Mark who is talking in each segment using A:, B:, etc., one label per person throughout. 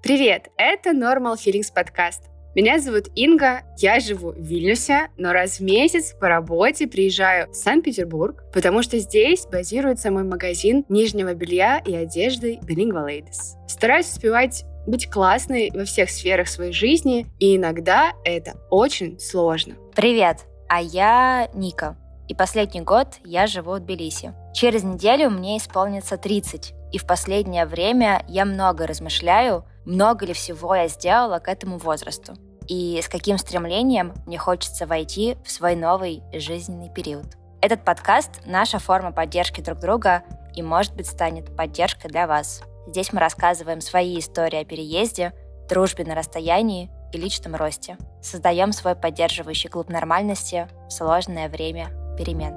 A: Привет, это Normal Feelings подкаст. Меня зовут Инга, я живу в Вильнюсе, но раз в месяц по работе приезжаю в Санкт-Петербург, потому что здесь базируется мой магазин нижнего белья и одежды Bilingual Ladies. Стараюсь успевать быть классной во всех сферах своей жизни, и иногда это очень сложно.
B: Привет, а я Ника, и последний год я живу в Тбилиси. Через неделю мне исполнится 30, и в последнее время я много размышляю, много ли всего я сделала к этому возрасту, и с каким стремлением мне хочется войти в свой новый жизненный период. Этот подкаст — наша форма поддержки друг друга и, может быть, станет поддержкой для вас. Здесь мы рассказываем свои истории о переезде, дружбе на расстоянии и личном росте. Создаем свой поддерживающий клуб нормальности в сложное время перемен.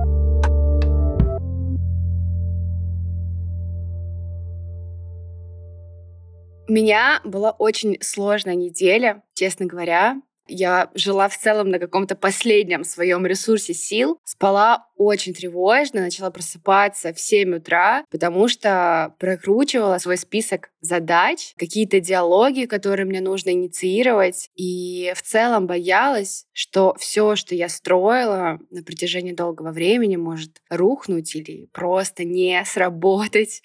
A: У меня была очень сложная неделя, честно говоря. Я жила в целом на каком-то последнем своем ресурсе сил, спала очень тревожно, начала просыпаться в 7 утра, потому что прокручивала свой список задач, какие-то диалоги, которые мне нужно инициировать, и в целом боялась, что все, что я строила на протяжении долгого времени, может рухнуть или просто не сработать.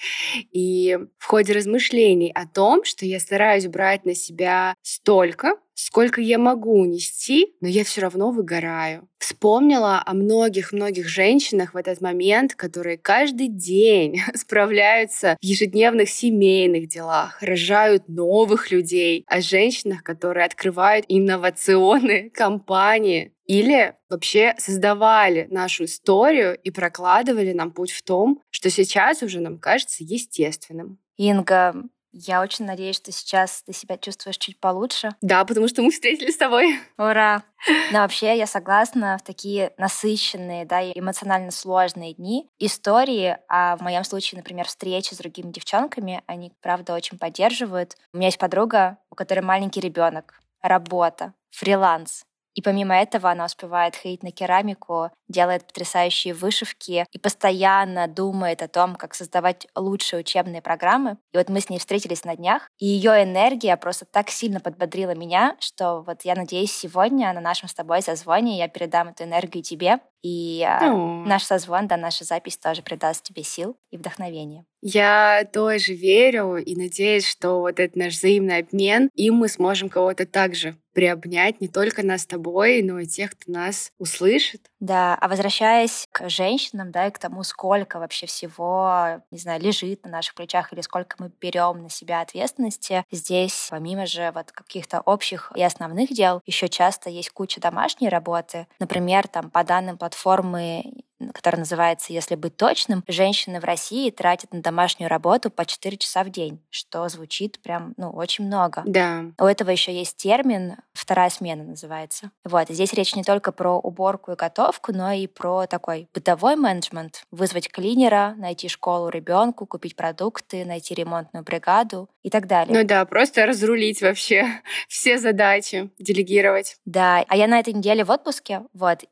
A: И в ходе размышлений о том, что я стараюсь брать на себя столько, сколько я могу нести, но я все равно выгораю. Вспомнила о многих-многих женщинах в этот момент, которые каждый день справляются в ежедневных семейных делах, рожают новых людей, о женщинах, которые открывают инновационные компании или вообще создавали нашу историю и прокладывали нам путь в том, что сейчас уже нам кажется естественным.
B: Инга, я очень надеюсь, что сейчас ты себя чувствуешь чуть получше.
A: Да, потому что мы встретились с тобой.
B: Ура! Но вообще я согласна, в такие насыщенные, и эмоционально сложные дни истории, а в моем случае, например, встречи с другими девчонками, они, правда, очень поддерживают. У меня есть подруга, у которой маленький ребенок, работа, фриланс. И помимо этого она успевает ходить на керамику, делает потрясающие вышивки и постоянно думает о том, как создавать лучшие учебные программы. И вот мы с ней встретились на днях, и ее энергия просто так сильно подбодрила меня, что вот я надеюсь, сегодня на нашем с тобой созвоне я передам эту энергию тебе, и наш созвон, наша запись тоже придаст тебе сил и вдохновения.
A: Я тоже верю и надеюсь, что вот этот наш взаимный обмен, и мы сможем кого-то также приобнять, не только нас с тобой, но и тех, кто нас услышит.
B: Да, а возвращаясь к женщинам, и к тому, сколько вообще всего, не знаю, лежит на наших плечах или сколько мы берем на себя ответственности, здесь, помимо же вот каких-то общих и основных дел, еще часто есть куча домашней работы. Например, по данным платформы, которая называется «Если быть точным», женщины в России тратят на домашнюю работу по 4 часа в день, что звучит прям, очень много.
A: Да.
B: У этого еще есть термин «вторая смена» называется. Вот, и здесь речь не только про уборку и готовку, но и про такой бытовой менеджмент. Вызвать клинера, найти школу ребенку, купить продукты, найти ремонтную бригаду и так далее.
A: Ну да, просто разрулить вообще все задачи, делегировать.
B: Да, а я на этой неделе в отпуске,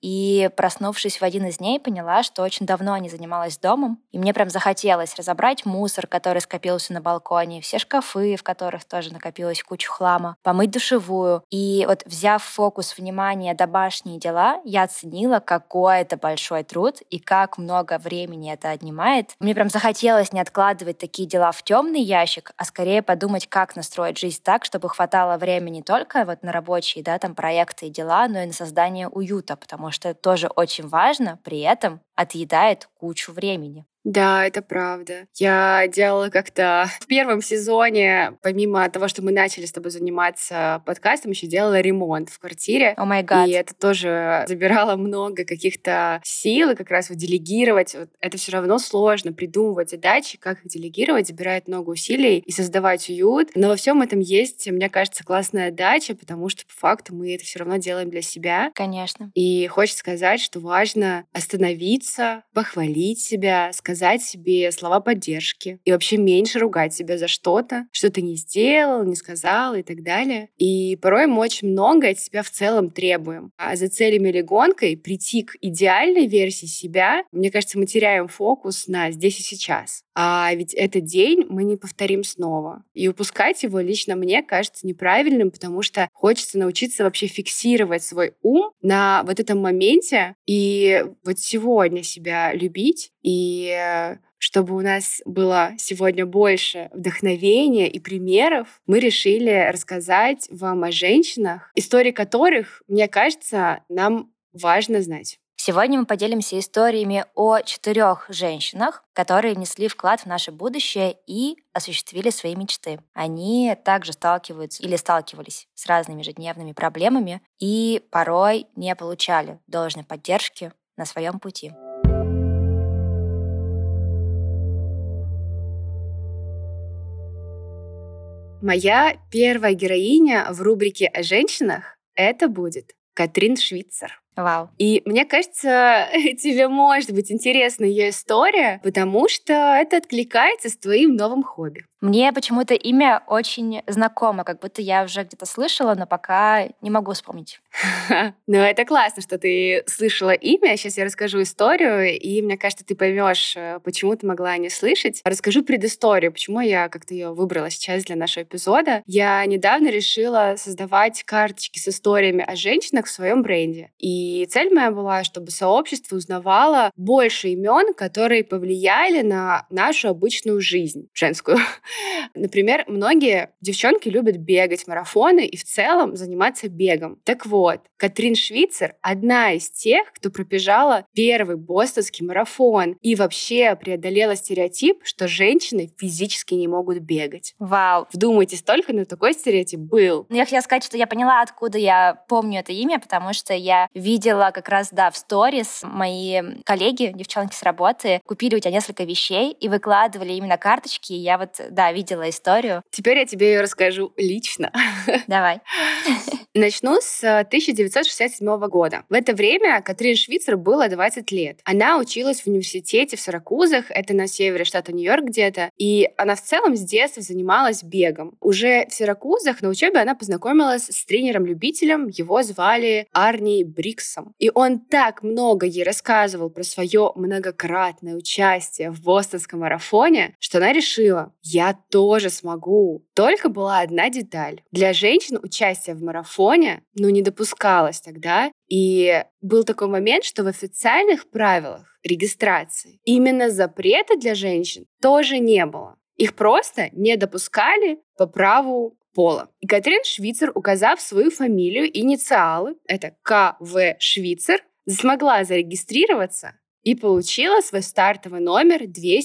B: и проснувшись в один из дней, поняла, что очень давно не занималась домом, и мне прям захотелось разобрать мусор, который скопился на балконе, все шкафы, в которых тоже накопилась куча хлама, помыть душевую. И вот взяв фокус внимания домашние дела, я оценила, какой это большой труд и как много времени это отнимает. Мне прям захотелось не откладывать такие дела в темный ящик, а скорее подумать, как настроить жизнь так, чтобы хватало времени не только на рабочие, проекты и дела, но и на создание уюта, потому что это тоже очень важно, при этом отъедает кучу времени.
A: Да, это правда. Я делала как-то в первом сезоне, помимо того, что мы начали с тобой заниматься подкастом, еще делала ремонт в квартире.
B: О май гад.
A: И это тоже забирало много каких-то сил, и как раз делегировать. Это все равно сложно придумывать задачи, как их делегировать, забирает много усилий и создавать уют. Но во всем этом есть, мне кажется, классная отдача, потому что по факту мы это все равно делаем для себя.
B: Конечно.
A: И хочется сказать, что важно остановиться, похвалить себя, сказать себе слова поддержки и вообще меньше ругать себя за что-то, что ты не сделал, не сказал и так далее. И порой мы очень много от себя в целом требуем. А за целями или гонкой прийти к идеальной версии себя, мне кажется, мы теряем фокус на здесь и сейчас. А ведь этот день мы не повторим снова. И упускать его лично мне кажется неправильным, потому что хочется научиться вообще фиксировать свой ум на вот этом моменте и вот сегодня себя любить. И чтобы у нас было сегодня больше вдохновения и примеров, мы решили рассказать вам о женщинах, истории которых, мне кажется, нам важно знать.
B: Сегодня мы поделимся историями о 4 женщинах, которые внесли вклад в наше будущее и осуществили свои мечты. Они также сталкиваются или сталкивались с разными ежедневными проблемами и порой не получали должной поддержки на своем пути.
A: Моя первая героиня в рубрике о женщинах — это будет Катрин Швицер.
B: Вау.
A: И мне кажется, тебе может быть интересна ее история, потому что это откликается с твоим новым хобби.
B: Мне почему-то имя очень знакомо, как будто я уже где-то слышала, но пока не могу вспомнить.
A: Ну, это классно, что ты слышала имя. Сейчас я расскажу историю, и мне кажется, ты поймешь, почему ты могла не слышать. Расскажу предысторию, почему я как-то ее выбрала сейчас для нашего эпизода. Я недавно решила создавать карточки с историями о женщинах в своем бренде. И цель моя была, чтобы сообщество узнавало больше имен, которые повлияли на нашу обычную жизнь женскую. Например, многие девчонки любят бегать марафоны и в целом заниматься бегом. Так вот, Катрин Швицер — одна из тех, кто пробежала первый бостонский марафон и вообще преодолела стереотип, что женщины физически не могут бегать.
B: Вау.
A: Вдумайтесь только, но такой стереотип был.
B: Я хотела сказать, что я поняла, откуда я помню это имя, потому что я видела как раз, в сторис мои коллеги, девчонки с работы, купили у тебя несколько вещей и выкладывали именно карточки, и я видела историю.
A: Теперь я тебе ее расскажу лично.
B: Давай.
A: Начну с 1967 года. В это время Катрин Швицер было 20 лет. Она училась в университете в Сиракузах, это на севере штата Нью-Йорк где-то, и она в целом с детства занималась бегом. Уже в Сиракузах на учебе она познакомилась с тренером-любителем, его звали Арни Бриксом. И он так много ей рассказывал про свое многократное участие в бостонском марафоне, что она решила: я тоже смогу. Только была одна деталь. Для женщин участие в марафоне, не допускалось тогда. И был такой момент, что в официальных правилах регистрации именно запрета для женщин тоже не было. Их просто не допускали по праву пола. И Катрин Швицер, указав свою фамилию, инициалы, это К.В. Швицер, смогла зарегистрироваться и получила свой стартовый номер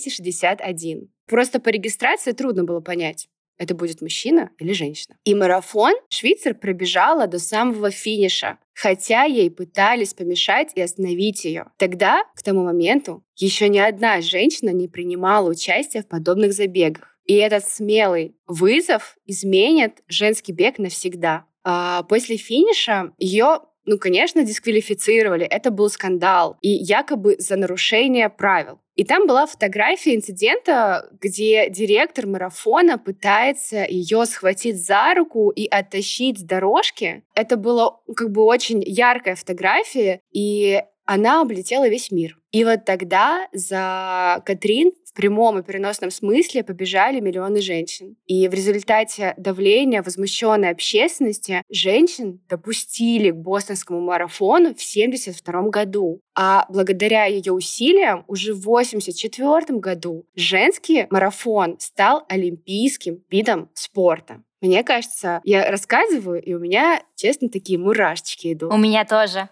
A: 261. Просто по регистрации трудно было понять, это будет мужчина или женщина. И марафон Швицер пробежала до самого финиша, хотя ей пытались помешать и остановить ее. Тогда, к тому моменту, еще ни одна женщина не принимала участие в подобных забегах. И этот смелый вызов изменит женский бег навсегда. А после финиша ее, конечно, дисквалифицировали. Это был скандал. И якобы за нарушение правил. И там была фотография инцидента, где директор марафона пытается ее схватить за руку и оттащить с дорожки. Это была очень яркая фотография, и она облетела весь мир. И вот тогда за Катрин в прямом и переносном смысле побежали миллионы женщин. И в результате давления возмущенной общественности женщин допустили к бостонскому марафону в 1972 году. А благодаря ее усилиям уже в 1984 году женский марафон стал олимпийским видом спорта. Мне кажется, я рассказываю, и у меня, честно, такие мурашечки идут.
B: У меня тоже.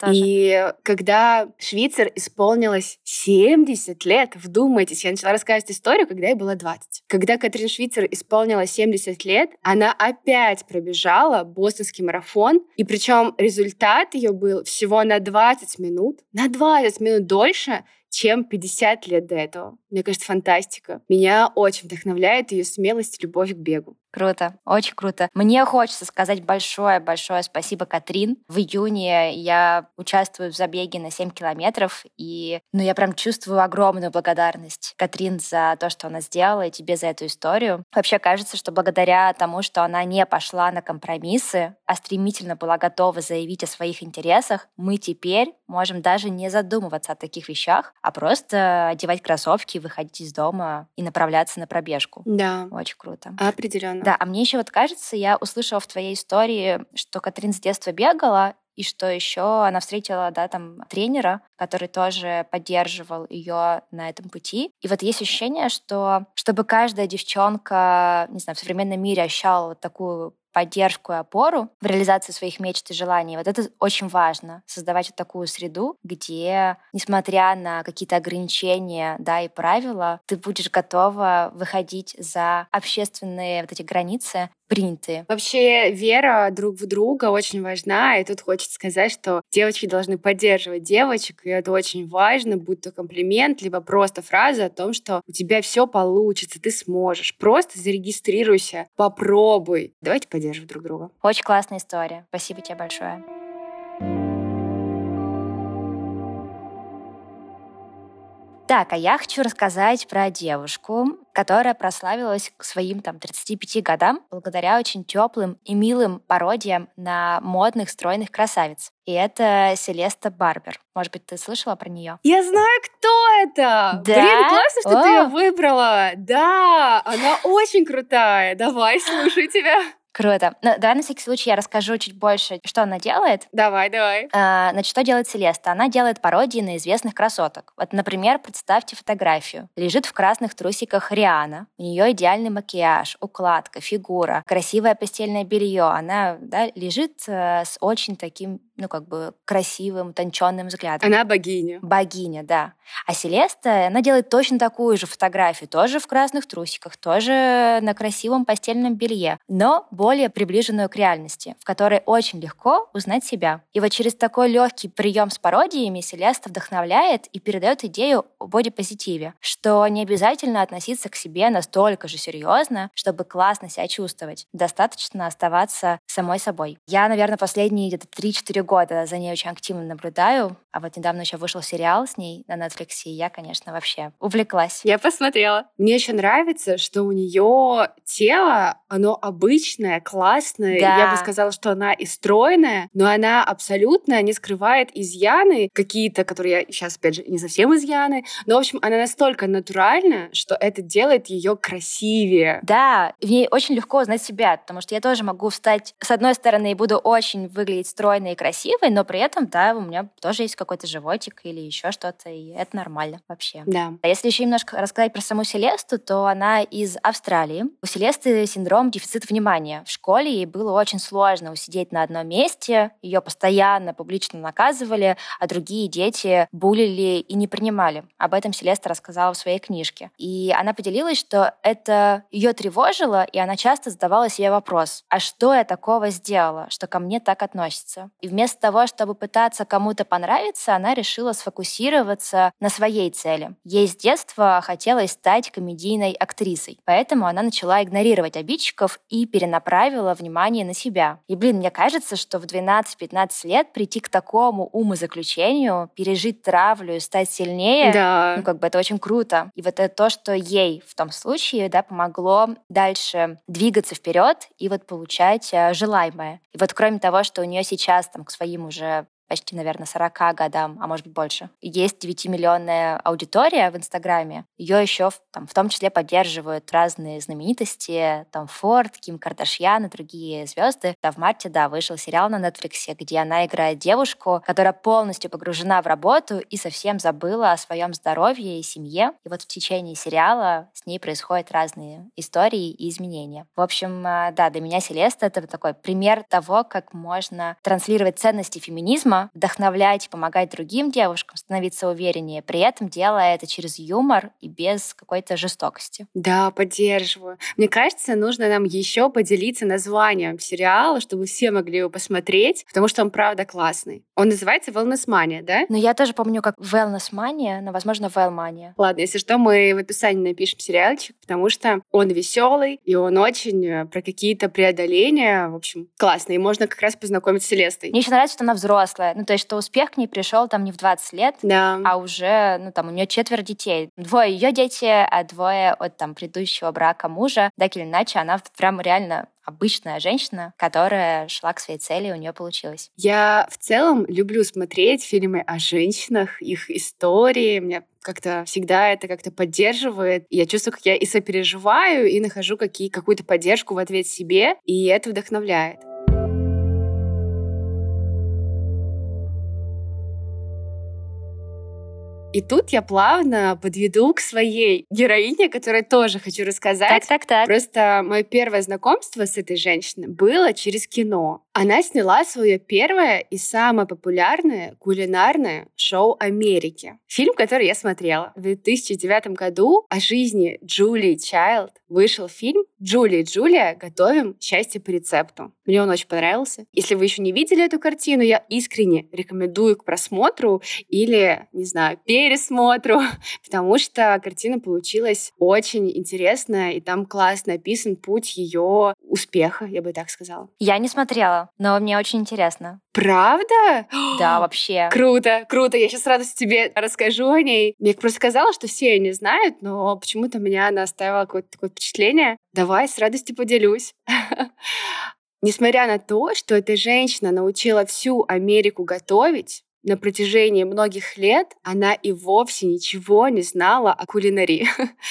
A: И когда Швицер исполнилось 70 лет, вдумайтесь, я начала рассказывать историю, когда ей было 20. Когда Катрин Швицер исполнилось 70 лет, она опять пробежала бостонский марафон, и причем результат ее был всего на 20 минут дольше, чем 50 лет до этого. Мне кажется, фантастика. Меня очень вдохновляет ее смелость и любовь к бегу.
B: Круто, очень круто. Мне хочется сказать большое-большое спасибо, Катрин. В июне я участвую в забеге на 7 километров, и я прям чувствую огромную благодарность Катрин за то, что она сделала, и тебе за эту историю. Вообще кажется, что благодаря тому, что она не пошла на компромиссы, а стремительно была готова заявить о своих интересах, мы теперь можем даже не задумываться о таких вещах, а просто одевать кроссовки, выходить из дома и направляться на пробежку.
A: Да.
B: Очень круто.
A: Определенно.
B: Да, а мне еще кажется, я услышала в твоей истории, что Катрин с детства бегала, и что еще она встретила, там тренера, который тоже поддерживал ее на этом пути. И вот есть ощущение, что чтобы каждая девчонка, не знаю, в современном мире ощущала вот такую поддержку и опору в реализации своих мечт и желаний. Вот это очень важно. Создавать вот такую среду, где, несмотря на какие-то ограничения, и правила, ты будешь готова выходить за общественные вот эти границы, принятые.
A: Вообще вера друг в друга очень важна, и тут хочется сказать, что девочки должны поддерживать девочек, и это очень важно, будь то комплимент, либо просто фраза о том, что у тебя все получится, ты сможешь. Просто зарегистрируйся, попробуй. Давайте поддерживать друг друга.
B: Очень классная история. Спасибо тебе большое. Так, а я хочу рассказать про девушку, которая прославилась к своим 35 годам благодаря очень теплым и милым пародиям на модных стройных красавиц. И это Селеста Барбер. Может быть, ты слышала про нее?
A: Я знаю, кто это!
B: Да?
A: Блин, классно, что ты ее выбрала! Да, она очень крутая. Давай, слушай тебя.
B: Круто. Давай на всякий случай я расскажу чуть больше, что она делает.
A: Давай.
B: Значит, что делает Селеста? Она делает пародии на известных красоток. Вот, например, представьте фотографию. Лежит в красных трусиках Риhanna. У нее идеальный макияж, укладка, фигура, красивое постельное белье. Она лежит с очень таким, красивым, утонченным взглядом.
A: Она богиня.
B: Богиня, да. А Селеста, она делает точно такую же фотографию, тоже в красных трусиках, тоже на красивом постельном белье, но более приближенную к реальности, в которой очень легко узнать себя. И вот через такой легкий прием с пародиями Селеста вдохновляет и передает идею о бодипозитиве, что не обязательно относиться к себе настолько же серьезно, чтобы классно себя чувствовать. Достаточно оставаться самой собой. Я, наверное, последние где-то 3-4 года за ней очень активно наблюдаю, а вот недавно еще вышел сериал с ней на Netflix, и я, конечно, вообще увлеклась.
A: Я посмотрела. Мне еще нравится, что у нее тело, оно обычное, классное.
B: Да.
A: Я бы сказала, что она и стройная, но она абсолютно не скрывает изъяны какие-то, которые я сейчас, опять же, не совсем изъяны. Но, в общем, она настолько натуральна, что это делает ее красивее.
B: Да, в ней очень легко узнать себя, потому что я тоже могу встать, с одной стороны, и буду очень выглядеть стройной и красивой, но при этом, у меня тоже есть какой-то животик или еще что-то, и это нормально вообще.
A: Да.
B: А если еще немножко рассказать про саму Селесту, то она из Австралии. У Селесты синдром дефицита внимания. В школе ей было очень сложно усидеть на одном месте, ее постоянно публично наказывали, а другие дети буллили и не принимали. Об этом Селеста рассказала в своей книжке. И она поделилась, что это ее тревожило, и она часто задавала себе вопрос: а что я такого сделала, что ко мне так относятся? И вместо того, чтобы пытаться кому-то понравиться, она решила сфокусироваться на своей цели. Ей с детства хотелось стать комедийной актрисой, поэтому она начала игнорировать обидчиков и перенаправила внимание на себя. И, мне кажется, что в 12-15 лет прийти к такому умозаключению, пережить травлю и стать сильнее,
A: да.
B: Это очень круто. И вот это то, что ей в том случае, помогло дальше двигаться вперед и получать желаемое. И кроме того, что у нее сейчас к своим уже почти, наверное, 40 годам, а может быть больше. Есть 9-миллионная аудитория в Инстаграме. Ее еще в том числе поддерживают разные знаменитости, Форд, Ким Кардашьян и другие звезды. В марте, вышел сериал на Netflix, где она играет девушку, которая полностью погружена в работу и совсем забыла о своем здоровье и семье. И в течение сериала с ней происходят разные истории и изменения. В общем, для меня Селеста — это такой пример того, как можно транслировать ценности феминизма но вдохновлять и помогать другим девушкам становиться увереннее, при этом делая это через юмор и без какой-то жестокости.
A: Да, поддерживаю. Мне кажется, нужно нам еще поделиться названием сериала, чтобы все могли его посмотреть, потому что он правда классный. Он называется «Wellness Mania», да?
B: Но я тоже помню как Wellness Mania, но, возможно, Wellmania.
A: Ладно, если что, мы в описании напишем сериальчик, потому что он веселый, и он очень про какие-то преодоления. В общем, классно. И можно как раз познакомиться с Селестой.
B: Мне еще нравится, что она взрослая. Ну, то есть, что успех к ней пришел там не в 20 лет,
A: Да.
B: а уже, ну, там, у нее 4 детей. 2 ее дети, а 2 от там предыдущего брака мужа. Так или иначе, она прям реально обычная женщина, которая шла к своей цели, и у нее получилось.
A: Я в целом люблю смотреть фильмы о женщинах, их истории. Меня как-то всегда это как-то поддерживает. Я чувствую, как я и сопереживаю, и нахожу какую-то поддержку в ответ себе, и это вдохновляет. И тут я плавно подведу к своей героине, которой тоже хочу рассказать.
B: Так.
A: Просто мое первое знакомство с этой женщиной было через кино. Она сняла свое первое и самое популярное кулинарное шоу Америки. Фильм, который я смотрела. В 2009 году о жизни Джулии Чайлд вышел фильм «Джулия и Джулия. Готовим счастье по рецепту». Мне он очень понравился. Если вы еще не видели эту картину, я искренне рекомендую к просмотру или, не знаю, пересмотру, потому что картина получилась очень интересная, и там классно описан путь ее успеха, я бы так сказала.
B: Я не смотрела, но мне очень интересно.
A: Правда?
B: Да, вообще.
A: Круто. Я сейчас с радостью тебе расскажу о ней. Мне просто сказала, что все ее не знают, но почему-то меня она оставила какое-то такое впечатление. Давай, с радостью поделюсь. Несмотря на то, что эта женщина научила всю Америку готовить, на протяжении многих лет она и вовсе ничего не знала о кулинарии,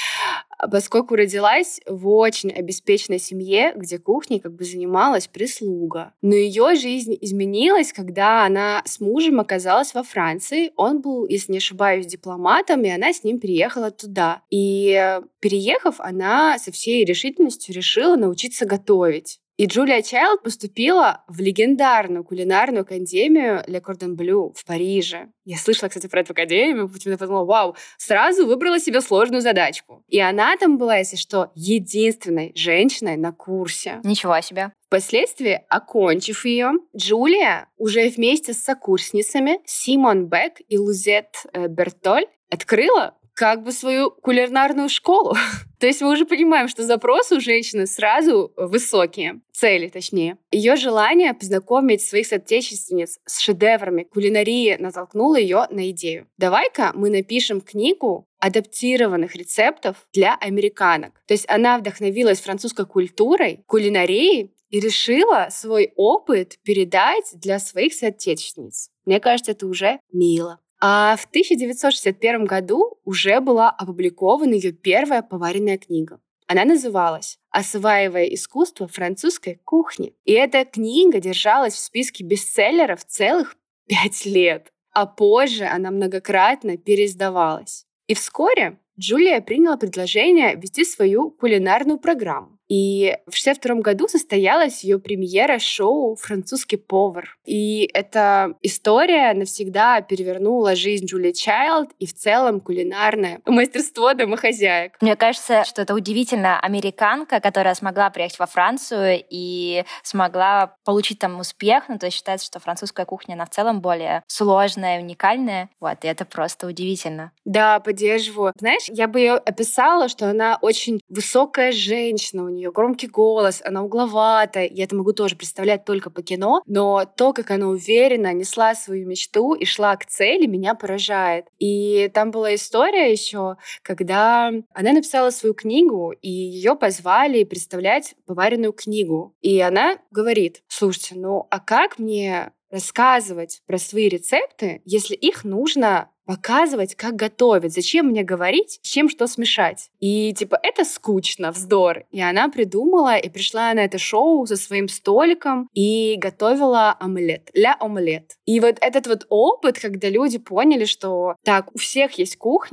A: поскольку родилась в очень обеспеченной семье, где кухней занималась прислуга. Но ее жизнь изменилась, когда она с мужем оказалась во Франции. Он был, если не ошибаюсь, дипломатом, и она с ним переехала туда. И переехав, она со всей решительностью решила научиться готовить. И Джулия Чайлд поступила в легендарную кулинарную академию Le Cordon Bleu в Париже. Я слышала, кстати, про эту академию, почему-то подумала, вау, сразу выбрала себе сложную задачку. И она там была, если что, единственной женщиной на курсе.
B: Ничего себе.
A: Впоследствии, окончив ее, Джулия уже вместе с сокурсницами Симон Бек и Лузет Бертоль открыла свою кулинарную школу. То есть мы уже понимаем, что запросы у женщины сразу высокие. Цели, точнее. Ее желание познакомить своих соотечественниц с шедеврами кулинарии натолкнуло ее на идею. Давай-ка мы напишем книгу адаптированных рецептов для американок. То есть она вдохновилась французской культурой, кулинарией и решила свой опыт передать для своих соотечественниц. Мне кажется, это уже мило. А в 1961 году уже была опубликована ее первая поваренная книга. Она называлась «Осваивая искусство французской кухни». И эта книга держалась в списке бестселлеров целых 5 лет. А позже она многократно переиздавалась. И вскоре Джулия приняла предложение вести свою кулинарную программу. И в 1962 году состоялась ее премьера шоу «Французский повар». И эта история навсегда перевернула жизнь Джулии Чайлд и в целом кулинарное мастерство домохозяек.
B: Мне кажется, что это удивительно. Американка, которая смогла приехать во Францию и смогла получить там успех. Ну, то есть считается, что французская кухня, она в целом более сложная, уникальная. Вот, и это просто удивительно.
A: Да, поддерживаю. Знаешь, я бы ее описала, что она очень высокая женщина, у нее громкий голос, она угловатая. Я это могу тоже представлять только по кино, но то, как она уверенно несла свою мечту и шла к цели, меня поражает. И там была история еще, когда она написала свою книгу, и ее позвали представлять поваренную книгу. И она говорит: слушайте, а как мне рассказывать про свои рецепты, если их нужно показывать, как готовить? Зачем мне говорить, с чем что смешать? И это скучно, вздор. И она придумала и пришла на это шоу со своим столиком и готовила омлет, омлет. И вот этот вот опыт, когда люди поняли, что так, у всех есть кухня,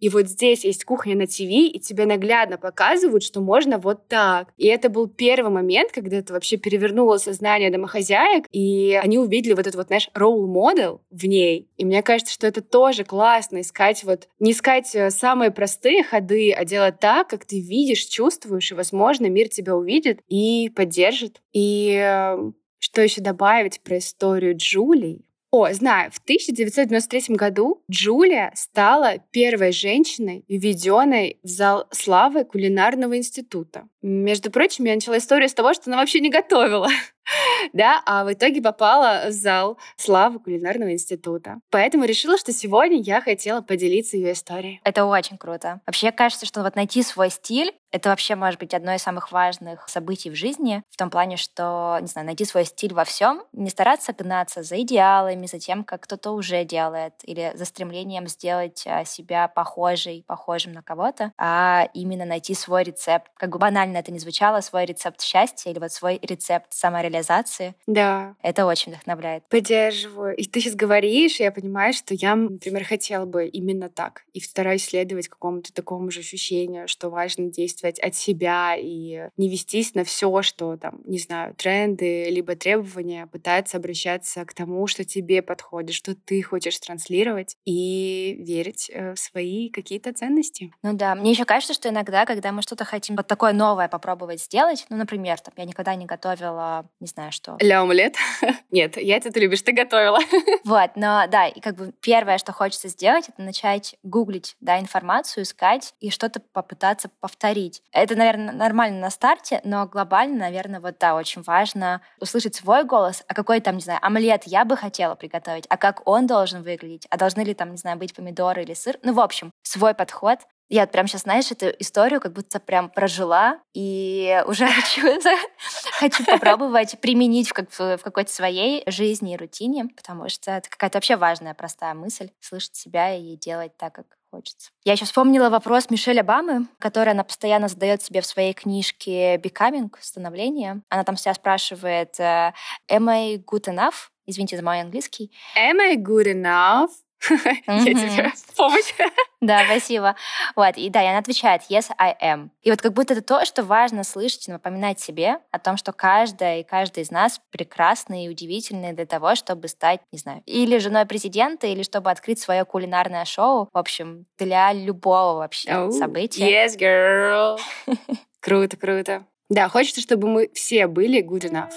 A: И вот здесь есть кухня на ТВ, и тебе наглядно показывают, что можно вот так. И это был первый момент, когда это вообще перевернуло сознание домохозяек, и они увидели вот этот вот, знаешь, role-model в ней. И мне кажется, что это тоже классно искать вот, не искать самые простые ходы, а делать так, как ты видишь, чувствуешь, и, возможно, мир тебя увидит и поддержит. И что еще добавить про историю Джулии? Знаю, в 1993 году Джулия стала первой женщиной, введенной в зал славы кулинарного института. Между прочим, я начала историю с того, что она вообще не готовила. Да, а в итоге попала в зал славы кулинарного института. Поэтому решила, что сегодня я хотела поделиться ее историей.
B: Это очень круто. Вообще кажется, что вот найти свой стиль — это вообще может быть одно из самых важных событий в жизни, в том плане, что, не знаю, найти свой стиль во всем, не стараться гнаться за идеалами, за тем, как кто-то уже делает, или за стремлением сделать себя похожим на кого-то, а именно найти свой рецепт. Как бы банально это ни звучало, свой рецепт счастья или вот свой рецепт самореализации.
A: Да.
B: Это очень вдохновляет.
A: Поддерживаю. И ты сейчас говоришь, и я понимаю, что я, например, хотела бы именно так. И стараюсь следовать какому-то такому же ощущению, что важно действовать от себя и не вестись на все, что там, не знаю, тренды, либо требования, пытаться обращаться к тому, что тебе подходит, что ты хочешь транслировать, и верить в свои какие-то ценности.
B: Ну да, мне еще кажется, что иногда, когда мы что-то хотим вот такое новое попробовать сделать, ну, например, там, я никогда не готовила, не знаю что.
A: Ля-омлет? Нет, яйца ты любишь, ты готовила.
B: Вот, но да, и как бы первое, что хочется сделать, это начать гуглить, да, информацию, искать и что-то попытаться повторить. Это, наверное, нормально на старте, но глобально, наверное, вот да, очень важно услышать свой голос, а какой там, не знаю, омлет я бы хотела приготовить, а как он должен выглядеть, а должны ли там, не знаю, быть помидоры или сыр. Ну, в общем, свой подход. Я вот прям сейчас, знаешь, эту историю как будто прям прожила, и уже хочу попробовать применить в какой-то своей жизни и рутине, потому что это какая-то вообще важная, простая мысль — слышать себя и делать так, как хочется. Я еще вспомнила вопрос Мишель Обамы, который она постоянно задает себе в своей книжке «Becoming», «Становление». Она там себя спрашивает «Am I good enough?» Извините за мой английский.
A: Am I good enough? Я тебе помощь.
B: Да, спасибо. Вот, и да, и она отвечает «Yes, I am». И вот как будто это то, что важно слышать и напоминать себе о том, что каждая и каждый из нас прекрасны и удивительны для того, чтобы стать, не знаю, или женой президента, или чтобы открыть свое кулинарное шоу. В общем, для любого вообще события.
A: Yes, girl. Круто, круто. Да, хочется, чтобы мы все были good enough.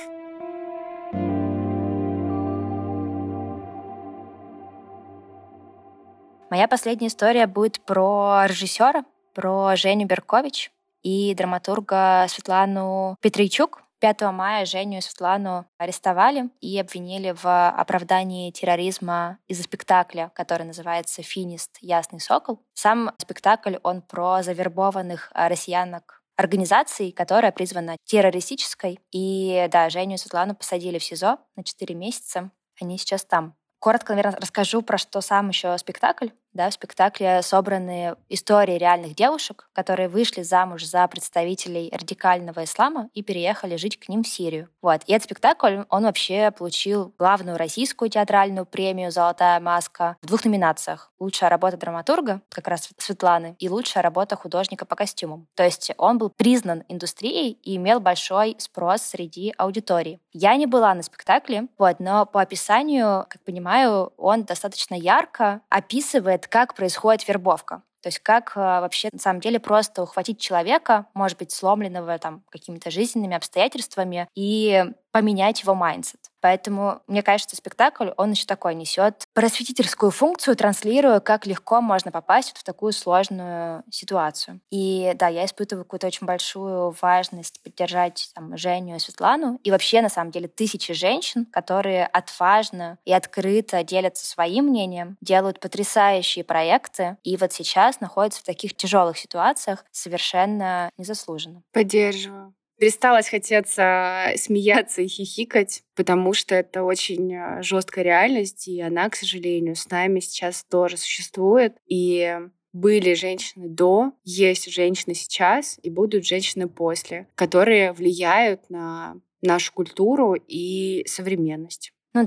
B: Моя последняя история будет про режиссера, про Женю Беркович и драматурга Светлану Петрийчук. 5 мая Женю и Светлану арестовали и обвинили в оправдании терроризма из-за спектакля, который называется «Финист. Ясный сокол». Сам спектакль, он про завербованных россиянок организации, которая призвана террористической. И да, Женю и Светлану посадили в СИЗО на 4 месяца. Они сейчас там. Коротко, наверное, расскажу про что сам еще спектакль. Да, в спектакле собраны истории реальных девушек, которые вышли замуж за представителей радикального ислама и переехали жить к ним в Сирию. Вот. И этот спектакль, он вообще получил главную российскую театральную премию «Золотая маска» в 2 номинациях. Лучшая работа драматурга, как раз Светланы, и лучшая работа художника по костюмам. То есть он был признан индустрией и имел большой спрос среди аудитории. Я не была на спектакле, вот, но по описанию, как понимаю, он достаточно ярко описывает, как происходит вербовка. То есть как вообще на самом деле просто ухватить человека, может быть, сломленного там какими-то жизненными обстоятельствами, и поменять его майндсет. Поэтому, мне кажется, спектакль, он еще такой несет просветительскую функцию, транслируя, как легко можно попасть вот в такую сложную ситуацию. И да, я испытываю какую-то очень большую важность поддержать там Женю и Светлану, и вообще, на самом деле, тысячи женщин, которые отважно и открыто делятся своим мнением, делают потрясающие проекты, и вот сейчас находятся в таких тяжелых ситуациях совершенно незаслуженно.
A: Поддерживаю. Пересталось хотеться смеяться и хихикать, потому что это очень жесткая реальность, и она, к сожалению, с нами сейчас тоже существует. И были женщины до, есть женщины сейчас, и будут женщины после, которые влияют на нашу культуру и современность.
B: Ну да.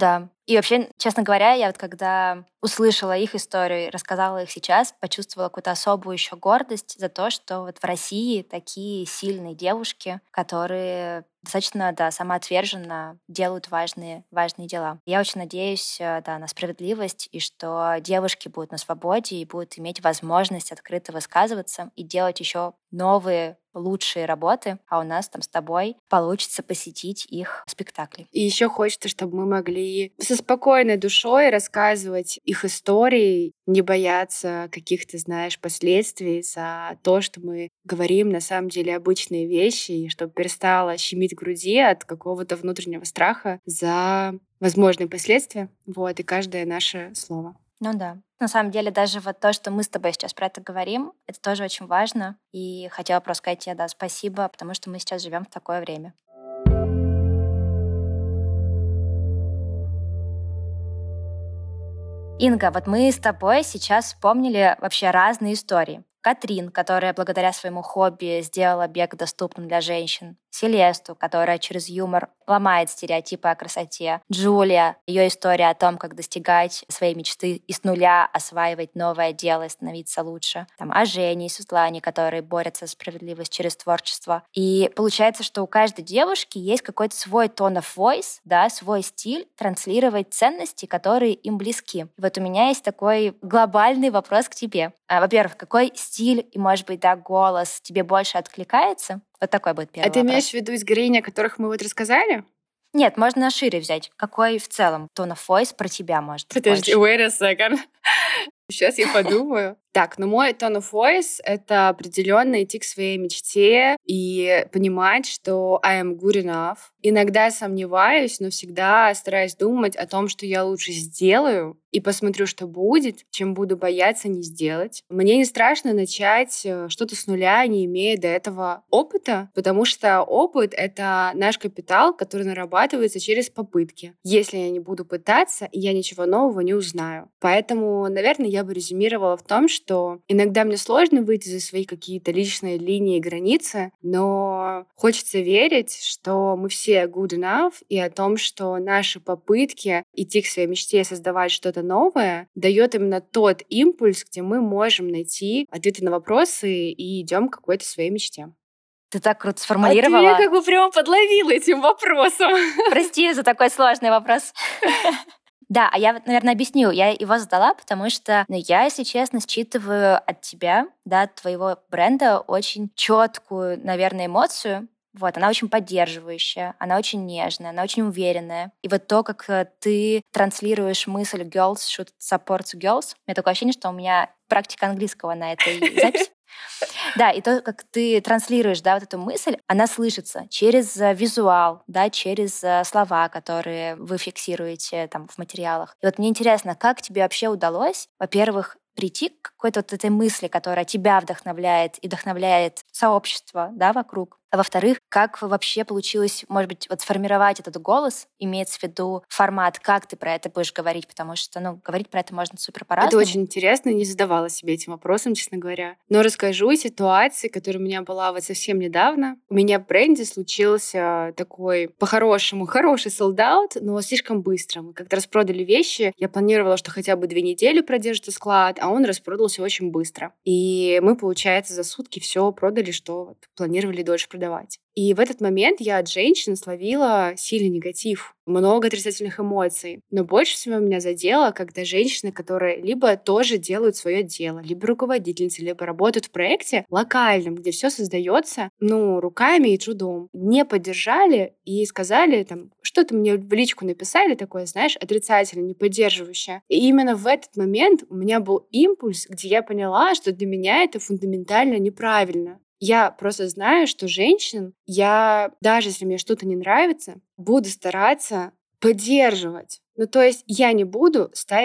B: И вообще, честно говоря, я вот когда услышала их историю и рассказала их сейчас, почувствовала какую-то особую еще гордость за то, что вот в России такие сильные девушки, которые достаточно, да, самоотверженно делают важные дела. Я очень надеюсь, да, на справедливость, и что девушки будут на свободе и будут иметь возможность открыто высказываться и делать еще новые лучшие работы, а у нас там с тобой получится посетить их спектакли.
A: И еще хочется, чтобы мы могли со спокойной душой рассказывать их истории, не бояться каких-то, знаешь, последствий за то, что мы говорим на самом деле обычные вещи, и чтобы перестало щемить в груди от какого-то внутреннего страха за возможные последствия. Вот, и каждое наше слово.
B: Ну да. На самом деле, даже вот то, что мы с тобой сейчас про это говорим, это тоже очень важно. И хотела просто сказать тебе, да, спасибо, потому что мы сейчас живем в такое время. Инга, вот мы с тобой сейчас вспомнили вообще разные истории. Катрин, которая благодаря своему хобби сделала бег доступным для женщин. Селесту, которая через юмор ломает стереотипы о красоте. Джулия, ее история о том, как достигать своей мечты и с нуля осваивать новое дело и становиться лучше. О Жене и Светлане, которые борются за справедливость через творчество. И получается, что у каждой девушки есть какой-то свой tone of voice, да, свой стиль транслировать ценности, которые им близки. И вот у меня есть такой глобальный вопрос к тебе. Во-первых, какой стиль и, может быть, да, голос тебе больше откликается? Вот такой будет первый
A: вопрос. А ты имеешь
B: вопрос.
A: в виду из героинь, о которых мы вот рассказали?
B: Нет, можно шире взять. Какой в целом tone of voice про тебя может быть?
A: Подожди,
B: больше?
A: wait a second. Сейчас я подумаю. Так, мой tone of voice — это определенно идти к своей мечте и понимать, что I am good enough. Иногда сомневаюсь, но всегда стараюсь думать о том, что я лучше сделаю и посмотрю, что будет, чем буду бояться не сделать. Мне не страшно начать что-то с нуля, не имея до этого опыта, потому что опыт — это наш капитал, который нарабатывается через попытки. Если я не буду пытаться, я ничего нового не узнаю. Поэтому, наверное, я бы резюмировала в том, что иногда мне сложно выйти за свои какие-то личные линии и границы, но хочется верить, что мы все good enough, и о том, что наши попытки идти к своей мечте и создавать что-то новое дает именно тот импульс, где мы можем найти ответы на вопросы и идем к какой-то своей мечте.
B: Ты так круто сформулировала.
A: А ты меня как бы прямо подловила этим вопросом.
B: Прости за такой сложный вопрос. Да, а я, наверное, объясню. Я его задала, потому что я, если честно, считываю от тебя, да, от твоего бренда очень четкую, наверное, эмоцию. Вот, она очень поддерживающая, она очень нежная, она очень уверенная. И вот то, как ты транслируешь мысль «girls should support girls», у меня такое ощущение, что у меня практика английского на этой записи. Да, и то, как ты транслируешь, да, вот эту мысль, она слышится через визуал, да, через слова, которые вы фиксируете там в материалах. И вот мне интересно, как тебе вообще удалось, во-первых, прийти к какой-то вот этой мысли, которая тебя вдохновляет и вдохновляет сообщество, да, вокруг. А во-вторых, как вообще получилось, может быть, вот сформировать этот голос, имеется в виду формат, как ты про это будешь говорить, потому что, говорить про это можно супер по-разному.
A: Это очень интересно, не задавала себе этим вопросом, честно говоря. Но расскажу ситуации, которая у меня была вот совсем недавно. У меня в бренде случился такой, по-хорошему, хороший солдат, но слишком быстро. Мы как-то распродали вещи. Я планировала, что хотя бы 2 недели продержится склад, а он распродался очень быстро. И мы, получается, за сутки все продали, что вот планировали дольше продавать. И в этот момент я от женщин словила сильный негатив, много отрицательных эмоций. Но больше всего меня задело, когда женщины, которые либо тоже делают свое дело, либо руководительницы, либо работают в проекте локальном, где все создается, руками и трудом, не поддержали и сказали, что-то мне в личку написали такое, знаешь, отрицательное, не поддерживающее. И именно в этот момент у меня был импульс, где я поняла, что для меня это фундаментально неправильно. Я просто знаю, что женщин я, даже если мне что-то не нравится, буду стараться поддерживать. То есть я не буду ставить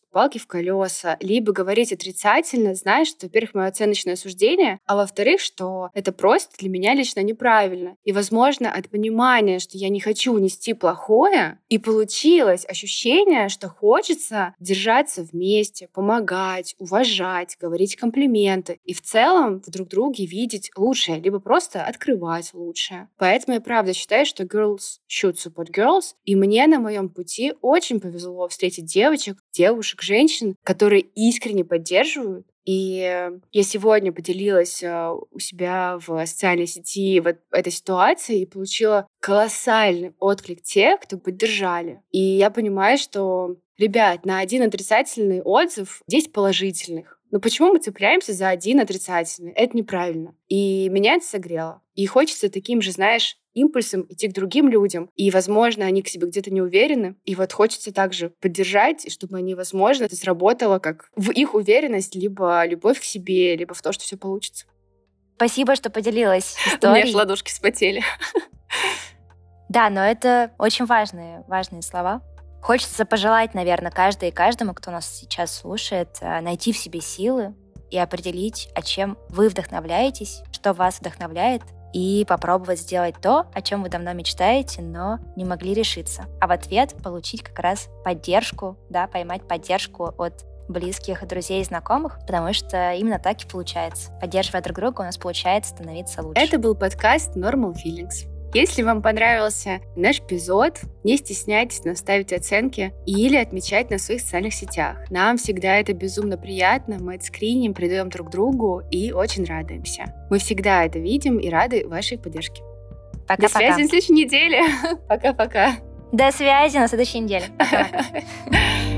A: палки в колеса, либо говорить отрицательно, знаешь, что, во-первых, мое оценочное суждение, а во-вторых, что это просто для меня лично неправильно. И, возможно, от понимания, что я не хочу нести плохое, и получилось ощущение, что хочется держаться вместе, помогать, уважать, говорить комплименты и в целом в друг друге видеть лучшее, либо просто открывать лучшее. Поэтому я правда считаю, что girls should support girls, и мне на моем пути очень повезло встретить девушек, женщин, которые искренне поддерживают. И я сегодня поделилась у себя в социальной сети вот этой ситуацией и получила колоссальный отклик тех, кто поддержали. И я понимаю, что, ребят, на один отрицательный отзыв 10 положительных. Но почему мы цепляемся за один отрицательный? Это неправильно. И меня это согрело. И хочется таким же, знаешь, импульсом идти к другим людям. И, возможно, они к себе где-то не уверены. И вот хочется также поддержать, и чтобы они, возможно, это сработало как в их уверенность, либо любовь к себе, либо в то, что все получится.
B: Спасибо, что поделилась
A: У
B: историей.
A: меня аж ладошки вспотели.
B: Да, но это очень важные слова. Хочется пожелать, наверное, каждой и каждому, кто нас сейчас слушает, найти в себе силы и определить, о чем вы вдохновляетесь, что вас вдохновляет, и попробовать сделать то, о чем вы давно мечтаете, но не могли решиться. А в ответ получить как раз поддержку, да, поймать поддержку от близких, друзей и знакомых, потому что именно так и получается. Поддерживая друг друга, у нас получается становиться лучше.
A: Это был подкаст Normal Feelings. Если вам понравился наш эпизод, не стесняйтесь наставить оценки или отмечать на своих социальных сетях. Нам всегда это безумно приятно, мы отскриним, придаем друг другу и очень радуемся. Мы всегда это видим и рады вашей поддержке.
B: Пока-пока.
A: До связи на следующей неделе. Пока-пока.
B: До связи на следующей неделе. Пока-пока.